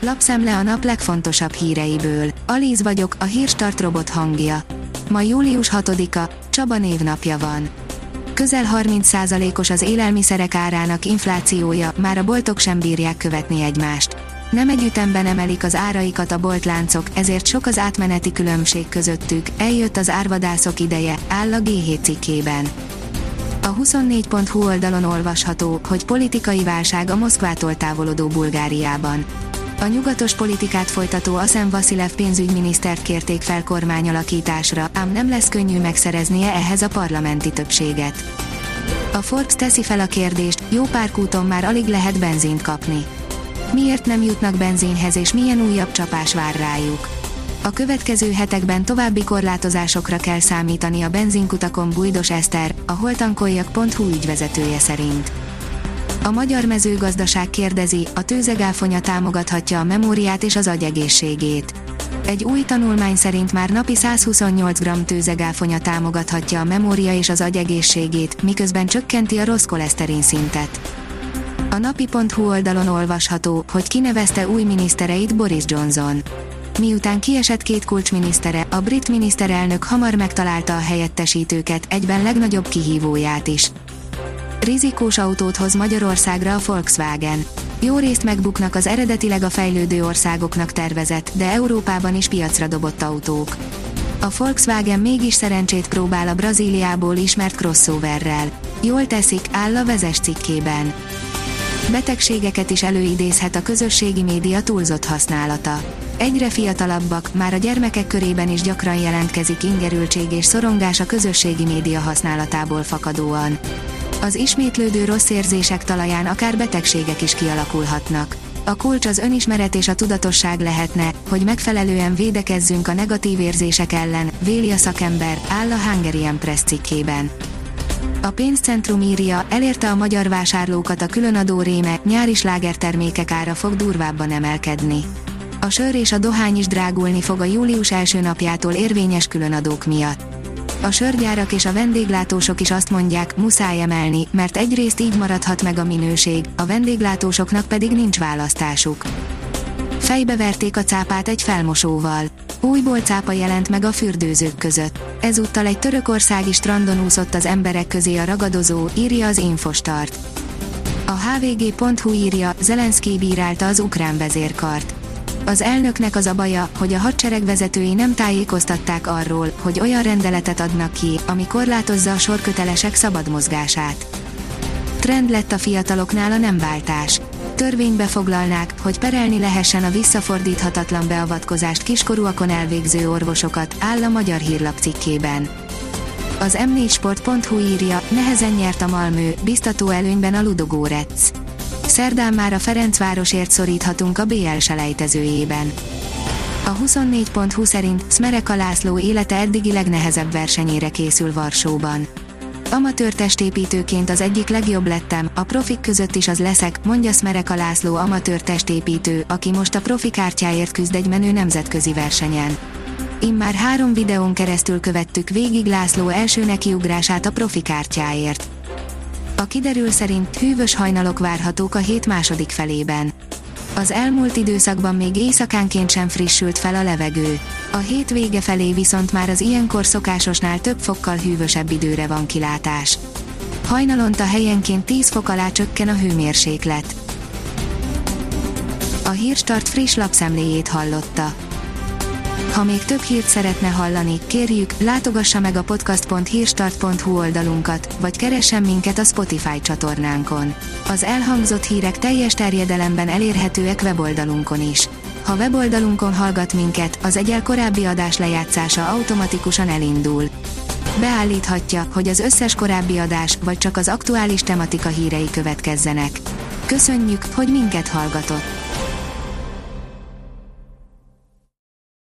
Lapszemle a nap legfontosabb híreiből. Alíz vagyok, a Hírstart robot hangja. Ma július 6-a, Csaba névnapja van. Közel 30%-os az élelmiszerek árának inflációja, már a boltok sem bírják követni egymást. Nem egy ütemben emelik az áraikat a boltláncok, ezért sok az átmeneti különbség közöttük, eljött az árvadászok ideje, áll a G7 cikkében. A 24.hu oldalon olvasható, hogy politikai válság a Moszkvától távolodó Bulgáriában. A nyugatos politikát folytató Aszen Vasilev pénzügyminisztert kérték fel kormányalakításra, ám nem lesz könnyű megszereznie ehhez a parlamenti többséget. A Forbes teszi fel a kérdést, jó pár kúton már alig lehet benzint kapni. Miért nem jutnak benzinhez és milyen újabb csapás vár rájuk? A következő hetekben további korlátozásokra kell számítani a benzinkutakon, Bújdos Eszter, a holtankoljak.hu ügyvezetője szerint. A magyar mezőgazdaság kérdezi, a tőzegáfonya támogathatja a memóriát és az agyegészségét. Egy új tanulmány szerint már napi 128 g tőzegáfonya támogathatja a memória és az agyegészségét, miközben csökkenti a rossz koleszterin szintet. A napi.hu oldalon olvasható, hogy kinevezte új minisztereit Boris Johnson. Miután kiesett két kulcsminisztere, a brit miniszterelnök hamar megtalálta a helyettesítőket, egyben legnagyobb kihívóját is. Rizikós autót hoz Magyarországra a Volkswagen. Jó részt megbuknak az eredetileg a fejlődő országoknak tervezett, de Európában is piacra dobott autók. A Volkswagen mégis szerencsét próbál a Brazíliából ismert crossoverrel. Jól teszik, áll a Vezes cikkében. Betegségeket is előidézhet a közösségi média túlzott használata. Egyre fiatalabbak, már a gyermekek körében is gyakran jelentkezik ingerültség és szorongás a közösségi média használatából fakadóan. Az ismétlődő rossz érzések talaján akár betegségek is kialakulhatnak. A kulcs az önismeret és a tudatosság lehetne, hogy megfelelően védekezzünk a negatív érzések ellen, véli a szakember, áll a Hungarian Press cikkében. A pénzcentrum írja, elérte a magyar vásárlókat a különadó réme, nyári slágertermékek ára fog durvábban emelkedni. A sör és a dohány is drágulni fog a július első napjától érvényes különadók miatt. A sörgyárak és a vendéglátósok is azt mondják, muszáj emelni, mert egyrészt így maradhat meg a minőség, a vendéglátósoknak pedig nincs választásuk. Fejbeverték a cápát egy felmosóval. Újból cápa jelent meg a fürdőzők között. Ezúttal egy törökországi strandon úszott az emberek közé a ragadozó, írja az Infostart. A hvg.hu írja, Zelenszkij bírálta az ukrán vezérkart. Az elnöknek az a baja, hogy a hadsereg vezetői nem tájékoztatták arról, hogy olyan rendeletet adnak ki, ami korlátozza a sorkötelesek szabad mozgását. Trend lett a fiataloknál a nemváltás. Törvénybe foglalnák, hogy perelni lehessen a visszafordíthatatlan beavatkozást kiskorúakon elvégző orvosokat, áll a Magyar Hírlap cikkében. Az m4sport.hu írja, nehezen nyert a Malmö, biztató előnyben a Ludogorets. Szerdán már a Ferencvárosért szoríthatunk a BL selejtezőjében. A 24.hu szerint Smreka László élete eddigi legnehezebb versenyére készül Varsóban. Amatőr testépítőként az egyik legjobb lettem, a profik között is az leszek, mondja Smreka László amatőr testépítő, aki most a profi kártyáért küzd egy menő nemzetközi versenyen. Immár 3 videón keresztül követtük végig László első nekiugrását a profi kártyáért. A kiderül szerint hűvös hajnalok várhatók a hét második felében. Az elmúlt időszakban még éjszakánként sem frissült fel a levegő. A hét vége felé viszont már az ilyenkor szokásosnál több fokkal hűvösebb időre van kilátás. Hajnalonta helyenként 10 fok alá csökken a hőmérséklet. A Hírstart friss lapszemléjét hallotta. Ha még több hírt szeretne hallani, kérjük, látogassa meg a podcast.hírstart.hu oldalunkat, vagy keressen minket a Spotify csatornánkon. Az elhangzott hírek teljes terjedelemben elérhetőek weboldalunkon is. Ha weboldalunkon hallgat minket, az egyel korábbi adás lejátszása automatikusan elindul. Beállíthatja, hogy az összes korábbi adás, vagy csak az aktuális tematika hírei következzenek. Köszönjük, hogy minket hallgatott!